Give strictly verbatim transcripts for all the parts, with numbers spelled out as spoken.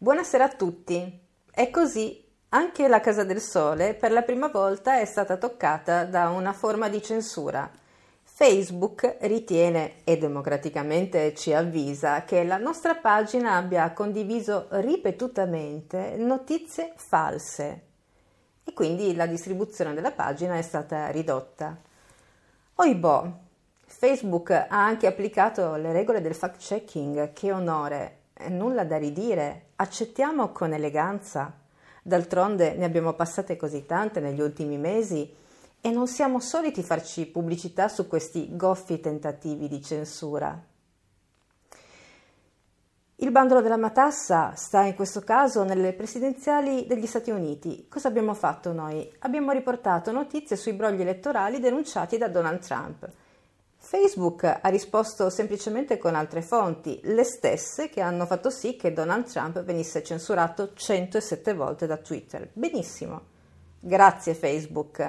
Buonasera a tutti. È così, anche la Casa del Sole per la prima volta è stata toccata da una forma di censura. Facebook ritiene e democraticamente ci avvisa che la nostra pagina abbia condiviso ripetutamente notizie false e quindi la distribuzione della pagina è stata ridotta. Oibò, Facebook ha anche applicato le regole del fact-checking, che onore, nulla da ridire, accettiamo con eleganza. D'altronde ne abbiamo passate così tante negli ultimi mesi e non siamo soliti farci pubblicità su questi goffi tentativi di censura. Il bandolo della matassa sta in questo caso nelle presidenziali degli Stati Uniti. Cosa abbiamo fatto noi? Abbiamo riportato notizie sui brogli elettorali denunciati da Donald Trump. Facebook ha risposto semplicemente con altre fonti, le stesse che hanno fatto sì che Donald Trump venisse censurato centosette volte da Twitter. Benissimo. Grazie Facebook.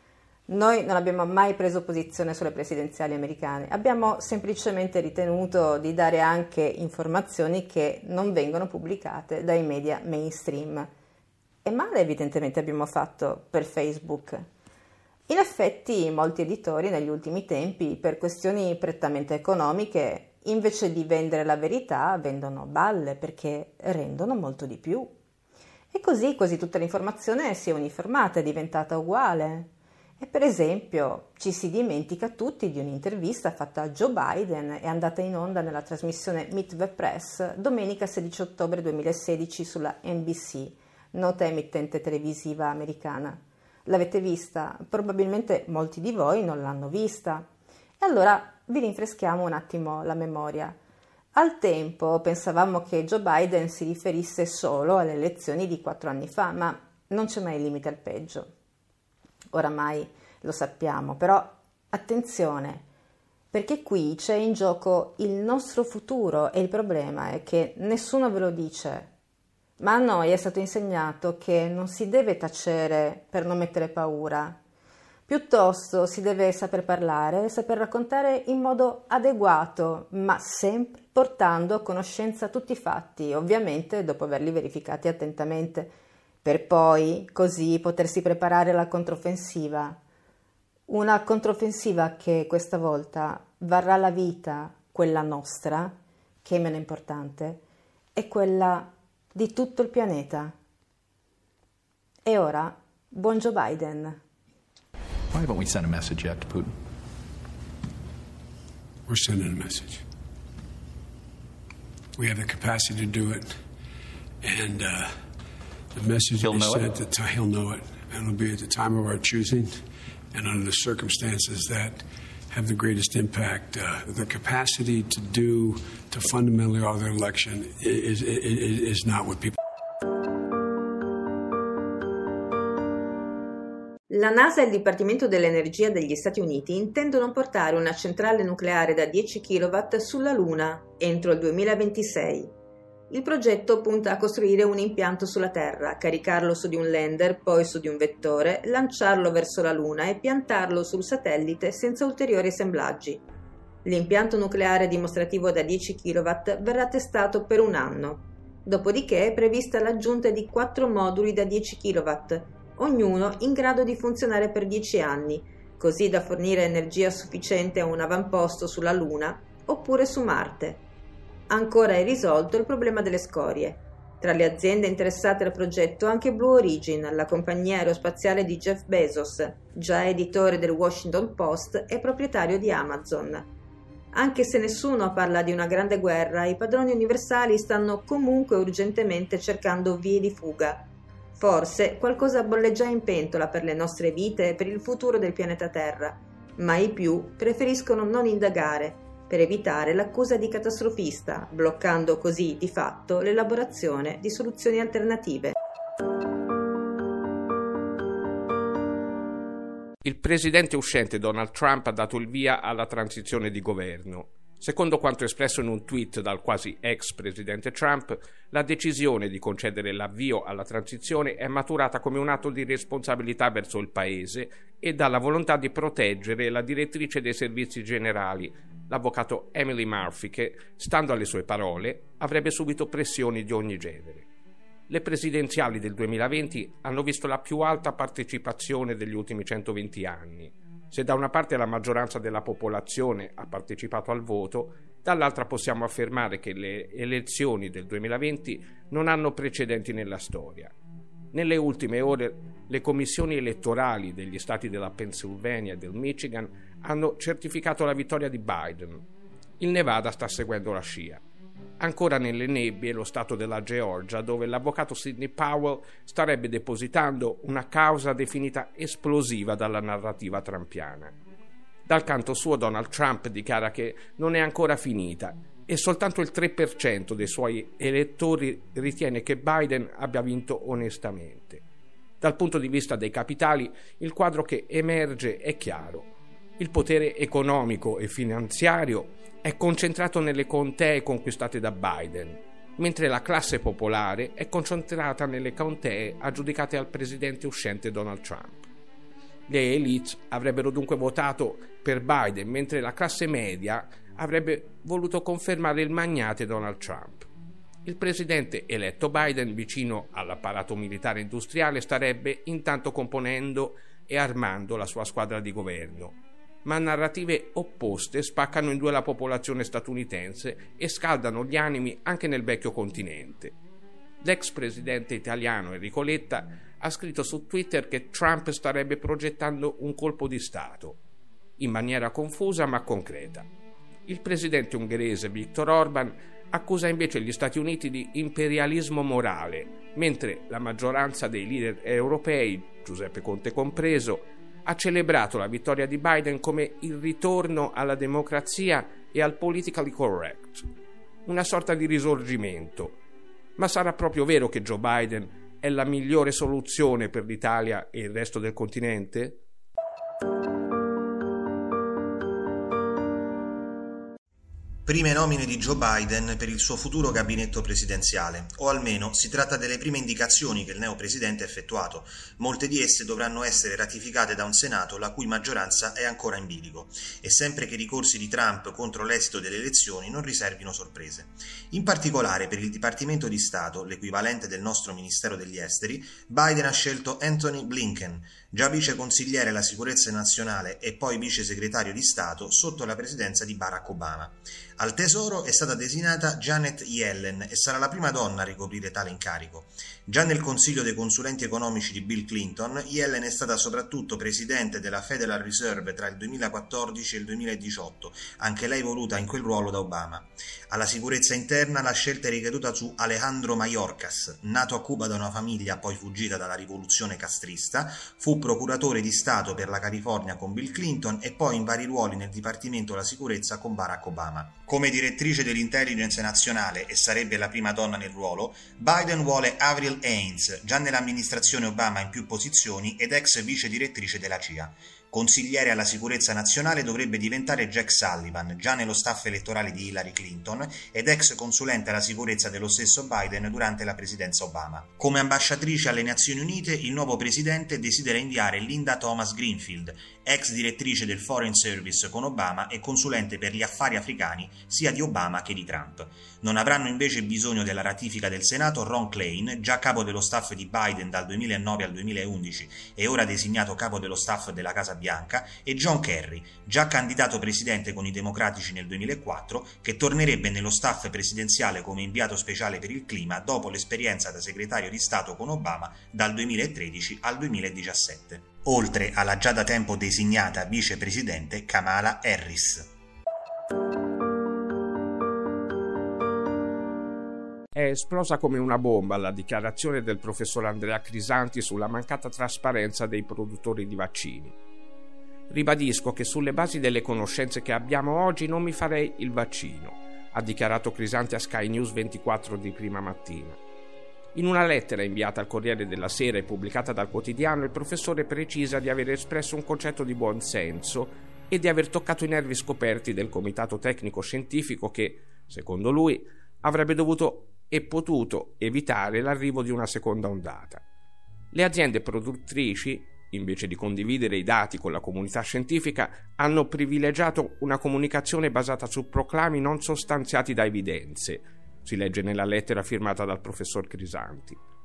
Noi non abbiamo mai preso posizione sulle presidenziali americane, abbiamo semplicemente ritenuto di dare anche informazioni che non vengono pubblicate dai media mainstream. E male evidentemente abbiamo fatto per Facebook. In effetti molti editori negli ultimi tempi, per questioni prettamente economiche, invece di vendere la verità, vendono balle perché rendono molto di più. E così quasi tutta l'informazione si è uniformata, è diventata uguale. E per esempio ci si dimentica tutti di un'intervista fatta a Joe Biden e andata in onda nella trasmissione Meet the Press domenica sedici ottobre duemilasedici sulla N B C, nota emittente televisiva americana. L'avete vista? Probabilmente molti di voi non l'hanno vista. E allora vi rinfreschiamo un attimo la memoria. Al tempo pensavamo che Joe Biden si riferisse solo alle elezioni di quattro anni fa, ma non c'è mai limite al peggio. Oramai lo sappiamo, però attenzione, perché qui c'è in gioco il nostro futuro e il problema è che nessuno ve lo dice. Ma a noi è stato insegnato che non si deve tacere per non mettere paura, piuttosto si deve saper parlare, saper raccontare in modo adeguato, ma sempre portando a conoscenza tutti i fatti, ovviamente dopo averli verificati attentamente, per poi così potersi preparare alla controffensiva. Una controffensiva che questa volta varrà la vita, quella nostra, che è meno importante, e quella di tutto il pianeta. E ora, buon Joe Biden. Why haven't we sent a message yet to Putin? We're sending a message. We have the capacity to do it, and uh, the message He'll will be know sent it? at the time. He'll know it, and it'll be at the time of our choosing, and under the circumstances that have the greatest impact. Uh, the capacity to do, to fundamentally alter the election is, is, is not what people... La NASA e il Dipartimento dell'Energia degli Stati Uniti intendono portare una centrale nucleare da dieci chilowatt sulla Luna entro il duemilaventisei. Il progetto punta a costruire un impianto sulla Terra, caricarlo su di un lander, poi su di un vettore, lanciarlo verso la Luna e piantarlo sul satellite senza ulteriori assemblaggi. L'impianto nucleare dimostrativo da dieci chilowatt verrà testato per un anno. Dopodiché è prevista l'aggiunta di quattro moduli da dieci chilowatt, ognuno in grado di funzionare per dieci anni, così da fornire energia sufficiente a un avamposto sulla Luna oppure su Marte. Ancora irrisolto il problema delle scorie. Tra le aziende interessate al progetto anche Blue Origin, la compagnia aerospaziale di Jeff Bezos, già editore del Washington Post e proprietario di Amazon. Anche se nessuno parla di una grande guerra, i padroni universali stanno comunque urgentemente cercando vie di fuga. Forse qualcosa bolle già in pentola per le nostre vite e per il futuro del pianeta Terra, ma i più preferiscono non indagare, per evitare l'accusa di catastrofista, bloccando così di fatto l'elaborazione di soluzioni alternative. Il presidente uscente Donald Trump ha dato il via alla transizione di governo. Secondo quanto espresso in un tweet dal quasi ex presidente Trump, la decisione di concedere l'avvio alla transizione è maturata come un atto di responsabilità verso il paese e dalla volontà di proteggere la direttrice dei servizi generali, l'avvocato Emily Murphy, che, stando alle sue parole, avrebbe subito pressioni di ogni genere. Le presidenziali del duemilaventi hanno visto la più alta partecipazione degli ultimi centoventi anni. Se da una parte la maggioranza della popolazione ha partecipato al voto, dall'altra possiamo affermare che le elezioni del duemilaventi non hanno precedenti nella storia. Nelle ultime ore le commissioni elettorali degli stati della Pennsylvania e del Michigan hanno certificato la vittoria di Biden. Il Nevada sta seguendo la scia. Ancora nelle nebbie lo stato della Georgia, dove l'avvocato Sidney Powell starebbe depositando una causa definita esplosiva dalla narrativa trumpiana. Dal canto suo Donald Trump dichiara che non è ancora finita e soltanto il tre per cento dei suoi elettori ritiene che Biden abbia vinto onestamente. Dal punto di vista dei capitali, il quadro che emerge è chiaro. Il potere economico e finanziario è concentrato nelle contee conquistate da Biden, mentre la classe popolare è concentrata nelle contee aggiudicate al presidente uscente Donald Trump. Le elite avrebbero dunque votato per Biden, mentre la classe media avrebbe voluto confermare il magnate Donald Trump. Il presidente eletto Biden, vicino all'apparato militare industriale, starebbe intanto componendo e armando la sua squadra di governo. Ma narrative opposte spaccano in due la popolazione statunitense e scaldano gli animi anche nel vecchio continente. L'ex presidente italiano Enrico Letta ha scritto su Twitter che Trump starebbe progettando un colpo di Stato, in maniera confusa ma concreta. Il presidente ungherese Viktor Orban accusa invece gli Stati Uniti di imperialismo morale, mentre la maggioranza dei leader europei, Giuseppe Conte compreso, ha celebrato la vittoria di Biden come il ritorno alla democrazia e al politically correct, una sorta di risorgimento. Ma sarà proprio vero che Joe Biden è la migliore soluzione per l'Italia e il resto del continente? Prime nomine di Joe Biden per il suo futuro gabinetto presidenziale, o almeno si tratta delle prime indicazioni che il neopresidente ha effettuato. Molte di esse dovranno essere ratificate da un Senato la cui maggioranza è ancora in bilico, e sempre che i ricorsi di Trump contro l'esito delle elezioni non riservino sorprese. In particolare per il Dipartimento di Stato, l'equivalente del nostro Ministero degli Esteri, Biden ha scelto Anthony Blinken, già vice consigliere alla sicurezza nazionale e poi vice segretario di Stato sotto la presidenza di Barack Obama. Al Tesoro è stata designata Janet Yellen e sarà la prima donna a ricoprire tale incarico. Già nel Consiglio dei consulenti economici di Bill Clinton, Yellen è stata soprattutto presidente della Federal Reserve tra il duemilaquattordici e il duemiladiciotto, anche lei voluta in quel ruolo da Obama. Alla sicurezza interna la scelta è ricaduta su Alejandro Mayorkas, nato a Cuba da una famiglia poi fuggita dalla rivoluzione castrista, fu procuratore di Stato per la California con Bill Clinton e poi in vari ruoli nel Dipartimento della Sicurezza con Barack Obama. Come direttrice dell'intelligence nazionale, e sarebbe la prima donna nel ruolo, Biden vuole Avril Haines, già nell'amministrazione Obama in più posizioni ed ex vice direttrice della C I A. Consigliere alla sicurezza nazionale dovrebbe diventare Jack Sullivan, già nello staff elettorale di Hillary Clinton ed ex consulente alla sicurezza dello stesso Biden durante la presidenza Obama. Come ambasciatrice alle Nazioni Unite, il nuovo presidente desidera inviare Linda Thomas Greenfield, ex direttrice del Foreign Service con Obama e consulente per gli affari africani sia di Obama che di Trump. Non avranno invece bisogno della ratifica del Senato Ron Klain, già capo dello staff di Biden dal duemilanove al duemilaundici e ora designato capo dello staff della Casa Bianca, e John Kerry, già candidato presidente con i democratici nel duemilaquattro, che tornerebbe nello staff presidenziale come inviato speciale per il clima dopo l'esperienza da segretario di Stato con Obama dal duemilatredici al duemiladiciassette. Oltre alla già da tempo designata vicepresidente Kamala Harris. È esplosa come una bomba la dichiarazione del professor Andrea Crisanti sulla mancata trasparenza dei produttori di vaccini. Ribadisco che sulle basi delle conoscenze che abbiamo oggi non mi farei il vaccino, ha dichiarato Crisanti a Sky News ventiquattro di prima mattina. In una lettera inviata al Corriere della Sera e pubblicata dal quotidiano, il professore precisa di aver espresso un concetto di buon senso e di aver toccato i nervi scoperti del comitato tecnico scientifico che, secondo lui, avrebbe dovuto e potuto evitare l'arrivo di una seconda ondata. Le aziende produttrici, invece di condividere i dati con la comunità scientifica, hanno privilegiato una comunicazione basata su proclami non sostanziati da evidenze, si legge nella lettera firmata dal professor Crisanti.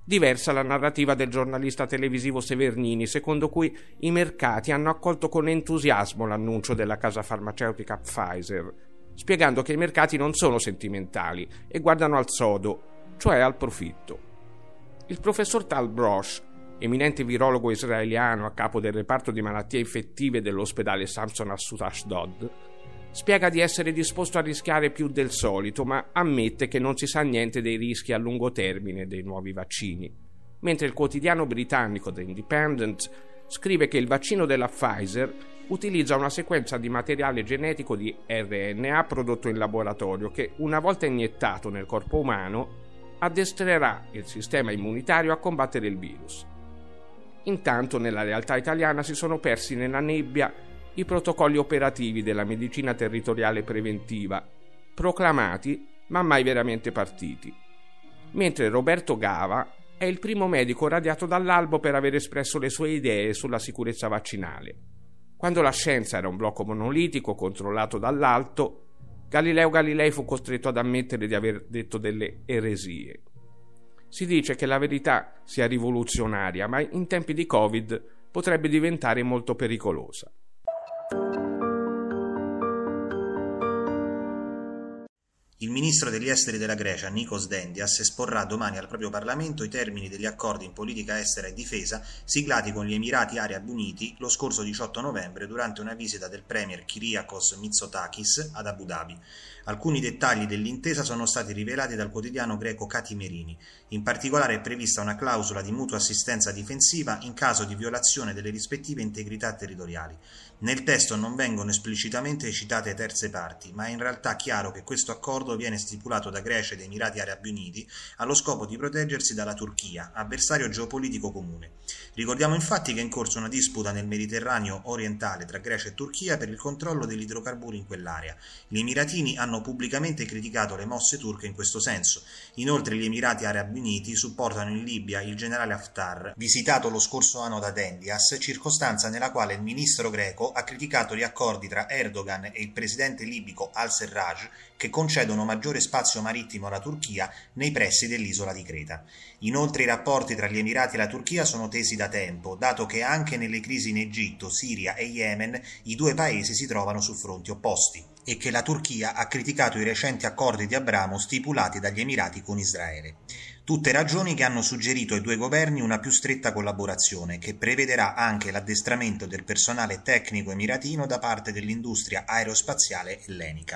Diversa la narrativa del giornalista televisivo Severnini, secondo cui i mercati hanno accolto con entusiasmo l'annuncio della casa farmaceutica Pfizer, spiegando che i mercati non sono sentimentali e guardano al sodo, cioè al profitto. Il professor Tal Brosh, eminente virologo israeliano a capo del reparto di malattie infettive dell'ospedale Samson Assut Ashdod, spiega di essere disposto a rischiare più del solito, ma ammette che non si sa niente dei rischi a lungo termine dei nuovi vaccini, mentre il quotidiano britannico The Independent scrive che il vaccino della Pfizer utilizza una sequenza di materiale genetico di R N A prodotto in laboratorio che, una volta iniettato nel corpo umano, addestrerà il sistema immunitario a combattere il virus. Intanto, nella realtà italiana si sono persi nella nebbia i protocolli operativi della medicina territoriale preventiva, proclamati ma mai veramente partiti, mentre Roberto Gava è il primo medico radiato dall'albo per aver espresso le sue idee sulla sicurezza vaccinale. Quando la scienza era un blocco monolitico controllato dall'alto, Galileo Galilei fu costretto ad ammettere di aver detto delle eresie. Si dice che la verità sia rivoluzionaria, ma in tempi di Covid potrebbe diventare molto pericolosa. Il ministro degli esteri della Grecia, Nikos Dendias, esporrà domani al proprio Parlamento i termini degli accordi in politica estera e difesa siglati con gli Emirati Arabi Uniti lo scorso diciotto novembre durante una visita del premier Kyriakos Mitsotakis ad Abu Dhabi. Alcuni dettagli dell'intesa sono stati rivelati dal quotidiano greco Katimerini. In particolare è prevista una clausola di mutua assistenza difensiva in caso di violazione delle rispettive integrità territoriali. Nel testo non vengono esplicitamente citate terze parti, ma è in realtà chiaro che questo accordo viene stipulato da Grecia ed Emirati Arabi Uniti allo scopo di proteggersi dalla Turchia, avversario geopolitico comune. Ricordiamo infatti che è in corso una disputa nel Mediterraneo orientale tra Grecia e Turchia per il controllo degli idrocarburi in quell'area. Gli emiratini hanno pubblicamente criticato le mosse turche in questo senso. Inoltre gli Emirati Arabi Uniti supportano in Libia il generale Haftar, visitato lo scorso anno da Dendias, circostanza nella quale il ministro greco ha criticato gli accordi tra Erdogan e il presidente libico al-Serraj che concedono maggiore spazio marittimo alla Turchia nei pressi dell'isola di Creta. Inoltre i rapporti tra gli Emirati e la Turchia sono tesi da tempo, dato che anche nelle crisi in Egitto, Siria e Yemen i due paesi si trovano su fronti opposti, e che la Turchia ha criticato i recenti accordi di Abramo stipulati dagli Emirati con Israele. Tutte ragioni che hanno suggerito ai due governi una più stretta collaborazione, che prevederà anche l'addestramento del personale tecnico emiratino da parte dell'industria aerospaziale ellenica.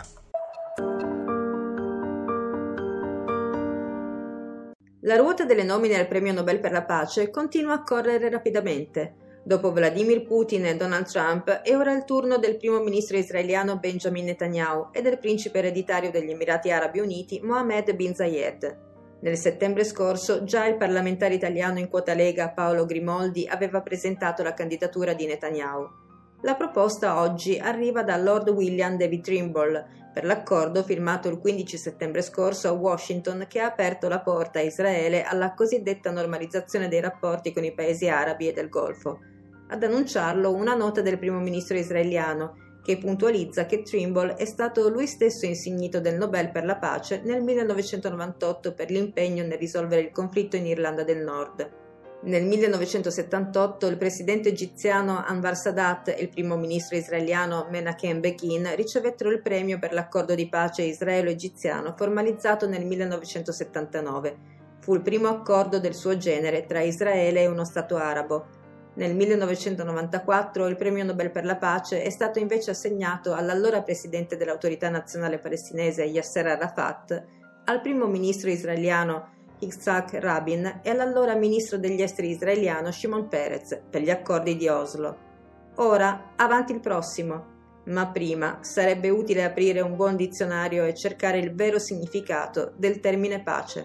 La ruota delle nomine al Premio Nobel per la pace continua a correre rapidamente. Dopo Vladimir Putin e Donald Trump è ora il turno del primo ministro israeliano Benjamin Netanyahu e del principe ereditario degli Emirati Arabi Uniti Mohammed bin Zayed. Nel settembre scorso già il parlamentare italiano in quota Lega Paolo Grimoldi aveva presentato la candidatura di Netanyahu. La proposta oggi arriva da Lord William David Trimble per l'accordo firmato il quindici settembre scorso a Washington che ha aperto la porta a Israele alla cosiddetta normalizzazione dei rapporti con i paesi arabi e del Golfo. Ad annunciarlo una nota del primo ministro israeliano che puntualizza che Trimble è stato lui stesso insignito del Nobel per la pace nel millenovecentonovantotto per l'impegno nel risolvere il conflitto in Irlanda del Nord. Nel millenovecentosettantotto il presidente egiziano Anwar Sadat e il primo ministro israeliano Menachem Begin ricevettero il premio per l'accordo di pace israelo-egiziano formalizzato nel millenovecentosettantanove. Fu il primo accordo del suo genere tra Israele e uno Stato arabo. Nel millenovecentonovantaquattro il premio Nobel per la pace è stato invece assegnato all'allora presidente dell'Autorità Nazionale Palestinese Yasser Arafat, al primo ministro israeliano Yitzhak Rabin e all'allora ministro degli esteri israeliano Shimon Peres per gli accordi di Oslo. Ora, avanti il prossimo, ma prima sarebbe utile aprire un buon dizionario e cercare il vero significato del termine pace.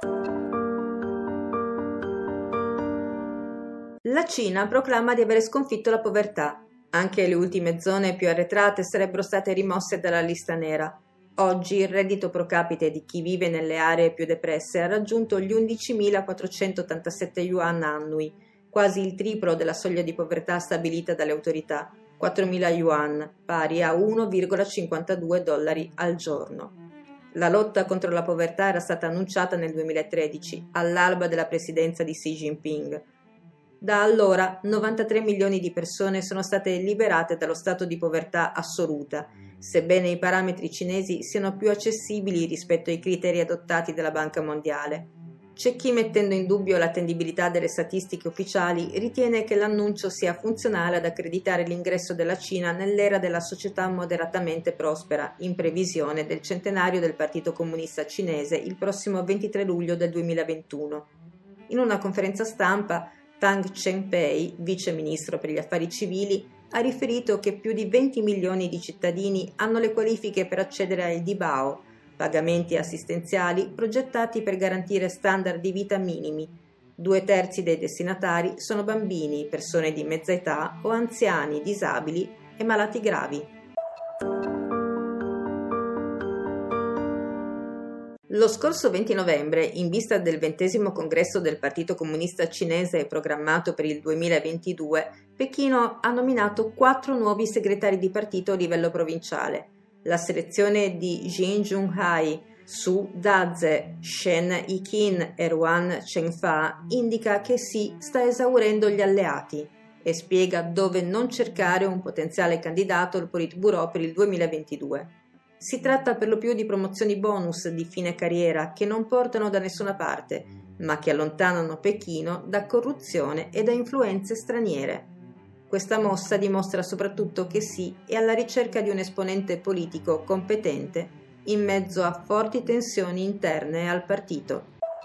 La Cina proclama di avere sconfitto la povertà. Anche le ultime zone più arretrate sarebbero state rimosse dalla lista nera. Oggi il reddito pro capite di chi vive nelle aree più depresse ha raggiunto gli undicimilaquattrocentottantasette yuan annui, quasi il triplo della soglia di povertà stabilita dalle autorità, quattromila yuan, pari a uno virgola cinquantadue dollari al giorno. La lotta contro la povertà era stata annunciata nel duemilatredici, all'alba della presidenza di Xi Jinping. Da allora novantatré milioni di persone sono state liberate dallo stato di povertà assoluta, sebbene i parametri cinesi siano più accessibili rispetto ai criteri adottati dalla Banca Mondiale. C'è chi, mettendo in dubbio l'attendibilità delle statistiche ufficiali, ritiene che l'annuncio sia funzionale ad accreditare l'ingresso della Cina nell'era della società moderatamente prospera, in previsione del centenario del Partito Comunista Cinese il prossimo ventitré luglio del duemilaventuno. In una conferenza stampa, Tang Cheng-pei, vice ministro per gli affari civili, ha riferito che più di venti milioni di cittadini hanno le qualifiche per accedere ai Dibao, pagamenti assistenziali progettati per garantire standard di vita minimi. Due terzi dei destinatari sono bambini, persone di mezza età o anziani, disabili e malati gravi. Lo scorso venti novembre, in vista del ventesimo congresso del Partito Comunista Cinese programmato per il duemilaventidue, Pechino ha nominato quattro nuovi segretari di partito a livello provinciale. La selezione di Jin Junhai, Su Daze, Shen Yiqin e Ruan Chengfa indica che Xi sta esaurendo gli alleati e spiega dove non cercare un potenziale candidato al Politburo per il duemilaventidue. Si tratta per lo più di promozioni bonus di fine carriera che non portano da nessuna parte, ma che allontanano Pechino da corruzione e da influenze straniere. Questa mossa dimostra soprattutto che Xi è alla ricerca di un esponente politico competente in mezzo a forti tensioni interne al partito.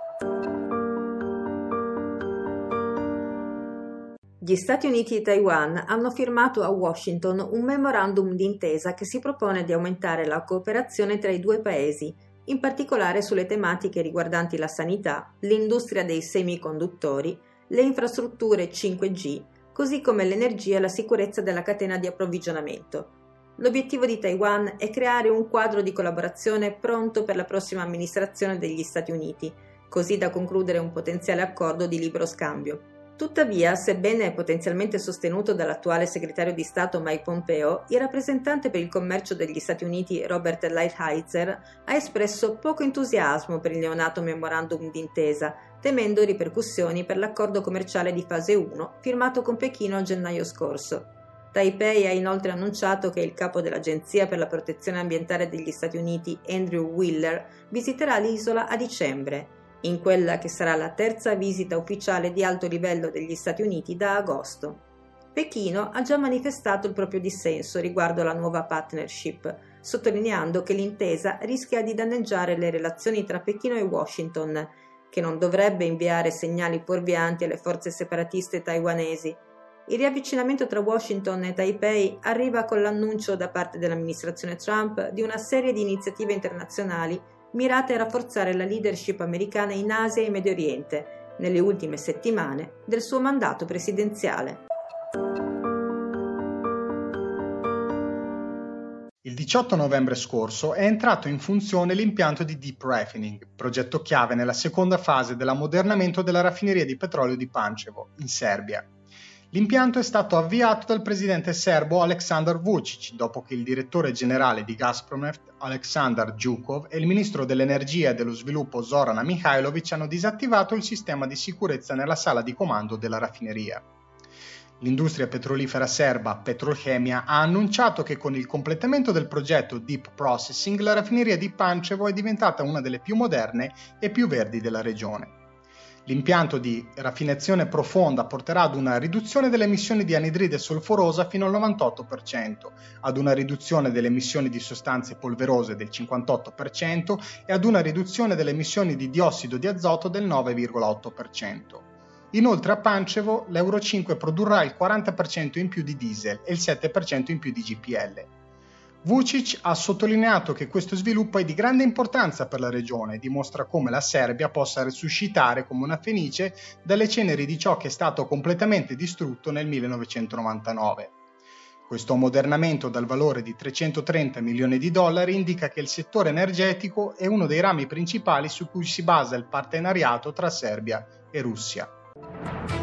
Gli Stati Uniti e Taiwan hanno firmato a Washington un memorandum d'intesa che si propone di aumentare la cooperazione tra i due paesi, in particolare sulle tematiche riguardanti la sanità, l'industria dei semiconduttori, le infrastrutture cinque G, così come l'energia e la sicurezza della catena di approvvigionamento. L'obiettivo di Taiwan è creare un quadro di collaborazione pronto per la prossima amministrazione degli Stati Uniti, così da concludere un potenziale accordo di libero scambio. Tuttavia, sebbene potenzialmente sostenuto dall'attuale segretario di Stato Mike Pompeo, il rappresentante per il commercio degli Stati Uniti Robert Lighthizer ha espresso poco entusiasmo per il neonato memorandum d'intesa, temendo ripercussioni per l'accordo commerciale di fase uno firmato con Pechino a gennaio scorso. Taipei ha inoltre annunciato che il capo dell'Agenzia per la protezione ambientale degli Stati Uniti, Andrew Wheeler, visiterà l'isola a dicembre, in quella che sarà la terza visita ufficiale di alto livello degli Stati Uniti da agosto. Pechino ha già manifestato il proprio dissenso riguardo alla nuova partnership, sottolineando che l'intesa rischia di danneggiare le relazioni tra Pechino e Washington, che non dovrebbe inviare segnali fuorvianti alle forze separatiste taiwanesi. Il riavvicinamento tra Washington e Taipei arriva con l'annuncio da parte dell'amministrazione Trump di una serie di iniziative internazionali mirate a rafforzare la leadership americana in Asia e Medio Oriente, nelle ultime settimane del suo mandato presidenziale. Il diciotto novembre scorso è entrato in funzione l'impianto di Deep Refining, progetto chiave nella seconda fase dell'ammodernamento della raffineria di petrolio di Pančevo, in Serbia. L'impianto è stato avviato dal presidente serbo Aleksandar Vučić, dopo che il direttore generale di Gazprom, Aleksandar Djukov, e il ministro dell'energia e dello sviluppo Zorana Mihajlović hanno disattivato il sistema di sicurezza nella sala di comando della raffineria. L'industria petrolifera serba Petrokemija ha annunciato che con il completamento del progetto Deep Processing la raffineria di Pančevo è diventata una delle più moderne e più verdi della regione. L'impianto di raffinazione profonda porterà ad una riduzione delle emissioni di anidride solforosa fino al novantotto per cento, ad una riduzione delle emissioni di sostanze polverose del cinquantotto per cento e ad una riduzione delle emissioni di diossido di azoto del nove virgola otto per cento. Inoltre a Pančevo l'Euro cinque produrrà il quaranta per cento in più di diesel e il sette per cento in più di G P L. Vučić ha sottolineato che questo sviluppo è di grande importanza per la regione e dimostra come la Serbia possa risuscitare come una fenice dalle ceneri di ciò che è stato completamente distrutto nel millenovecentonovantanove. Questo ammodernamento dal valore di trecentotrenta milioni di dollari indica che il settore energetico è uno dei rami principali su cui si basa il partenariato tra Serbia e Russia.